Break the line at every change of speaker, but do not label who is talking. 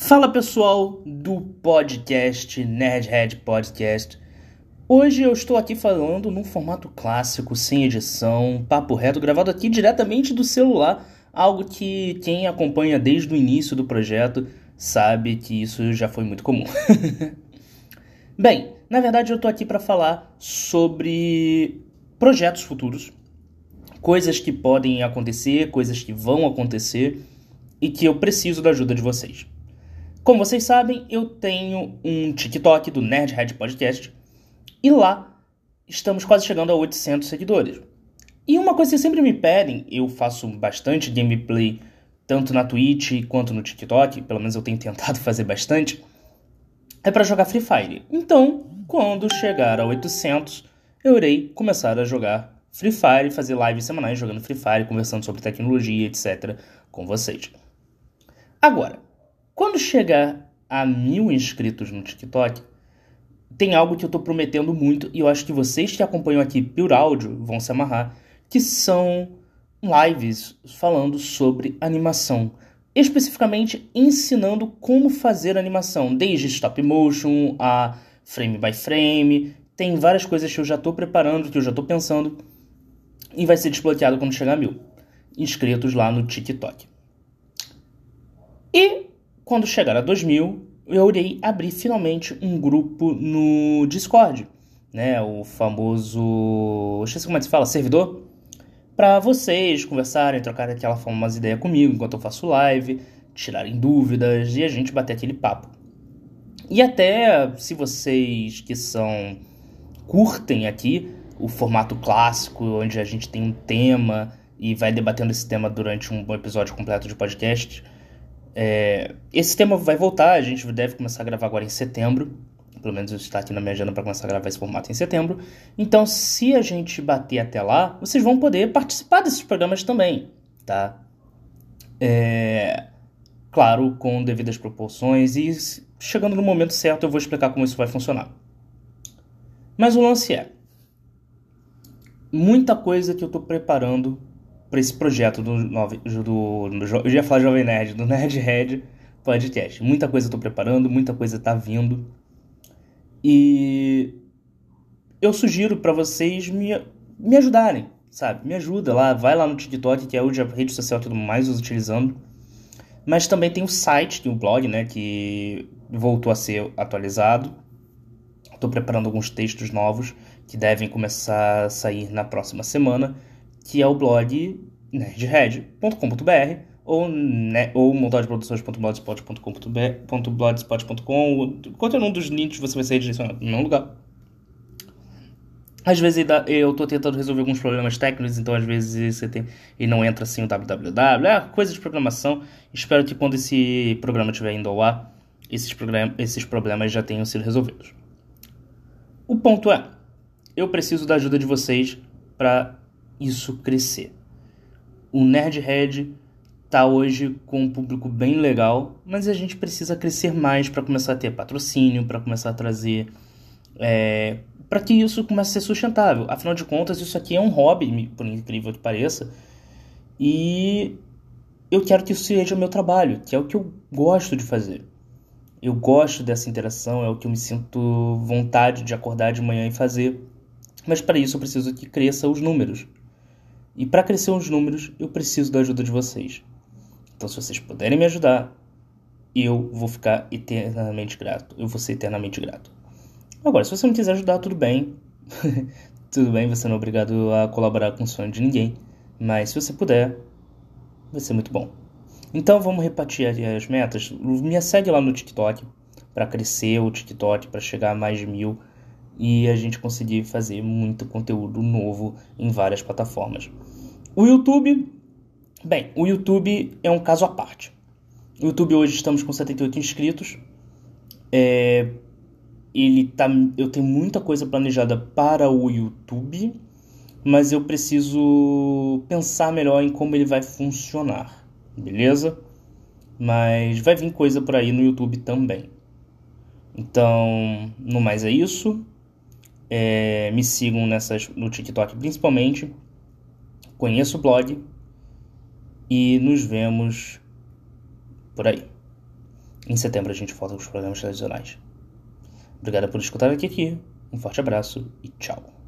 Fala pessoal do podcast Nerdhead Podcast. Hoje eu estou aqui falando num formato clássico, sem edição, papo reto, gravado aqui diretamente do celular, algo que quem acompanha desde o início do projeto sabe que isso já foi muito comum. Bem, na verdade eu estou aqui para falar sobre projetos futuros, coisas que podem acontecer, coisas que vão acontecer e que eu preciso da ajuda de vocês. Como vocês sabem, eu tenho um TikTok do Nerdhead Podcast e lá estamos quase chegando a 800 seguidores. E uma coisa que sempre me pedem, eu faço bastante gameplay tanto na Twitch quanto no TikTok, pelo menos eu tenho tentado fazer bastante, é para jogar Free Fire. Então, quando chegar a 800, eu irei começar a jogar Free Fire, fazer lives semanais jogando Free Fire, conversando sobre tecnologia, etc. com vocês. Agora, quando chegar a 1000 inscritos no TikTok, tem algo que eu estou prometendo muito e eu acho que vocês que acompanham aqui por áudio vão se amarrar, que são lives falando sobre animação. Especificamente ensinando como fazer animação, desde stop motion a frame by frame. Tem várias coisas que eu já estou preparando, que eu já estou pensando e vai ser desbloqueado quando chegar a 1000 inscritos lá no TikTok. E quando chegar a 2000, eu irei abrir finalmente um grupo no Discord, né? O famoso, eu esqueci como é que se fala, servidor, para vocês conversarem, trocarem aquela famosa ideia comigo enquanto eu faço live, tirarem dúvidas e a gente bater aquele papo. E até se vocês que curtem aqui o formato clássico, onde a gente tem um tema e vai debatendo esse tema durante um episódio completo de podcast. Esse tema vai voltar, a gente deve começar a gravar agora em setembro, pelo menos está aqui na minha agenda para começar a gravar esse formato em setembro. Então, se a gente bater até lá, vocês vão poder participar desses programas também, tá? Claro, com devidas proporções, e chegando no momento certo eu vou explicar como isso vai funcionar. Mas o lance é muita coisa que eu estou preparando para esse projeto eu ia falar Jovem Nerd, do Nerdhead Podcast. Muita coisa eu tô preparando, muita coisa tá vindo. E eu sugiro para vocês me ajudarem, sabe? Me ajuda lá, vai lá no TikTok, que é hoje a rede social que eu tô mais utilizando. Mas também tem o site, tem o blog, né, que voltou a ser atualizado. Tô preparando alguns textos novos que devem começar a sair na próxima semana, que é o blog nerdhead.com.br ou montadeproduções.blogspot.com.br, qualquer um dos links você vai ser direcionado no mesmo lugar. Às vezes eu tô tentando resolver alguns problemas técnicos, então às vezes você tem e não entra assim o www, coisa de programação. Espero que quando esse programa estiver indo ao ar, esses problemas já tenham sido resolvidos. O ponto é, eu preciso da ajuda de vocês para isso crescer. O Nerdhead tá hoje com um público bem legal, mas a gente precisa crescer mais para começar a ter patrocínio, para começar a trazer... para que isso comece a ser sustentável. Afinal de contas, isso aqui é um hobby, por incrível que pareça, e eu quero que isso seja o meu trabalho, que é o que eu gosto de fazer. Eu gosto dessa interação, é o que eu me sinto vontade de acordar de manhã e fazer. Mas para isso eu preciso que cresça os números. E para crescer os números, eu preciso da ajuda de vocês. Então, se vocês puderem me ajudar, eu vou ficar eternamente grato. Eu vou ser eternamente grato. Agora, se você não quiser ajudar, tudo bem. Tudo bem, você não é obrigado a colaborar com o sonho de ninguém. Mas se você puder, vai ser muito bom. Então, vamos repartir as metas. Me segue lá no TikTok para crescer o TikTok, para chegar a mais de 1000. E a gente conseguir fazer muito conteúdo novo em várias plataformas. O YouTube é um caso à parte. O YouTube hoje estamos com 78 inscritos. Eu tenho muita coisa planejada para o YouTube, mas eu preciso pensar melhor em como ele vai funcionar, beleza? Mas vai vir coisa por aí no YouTube também. Então, no mais é isso. Me sigam no TikTok principalmente. Conheça o blog. E nos vemos por aí. Em setembro a gente volta com os programas tradicionais. Obrigado por escutar aqui. Um forte abraço e tchau.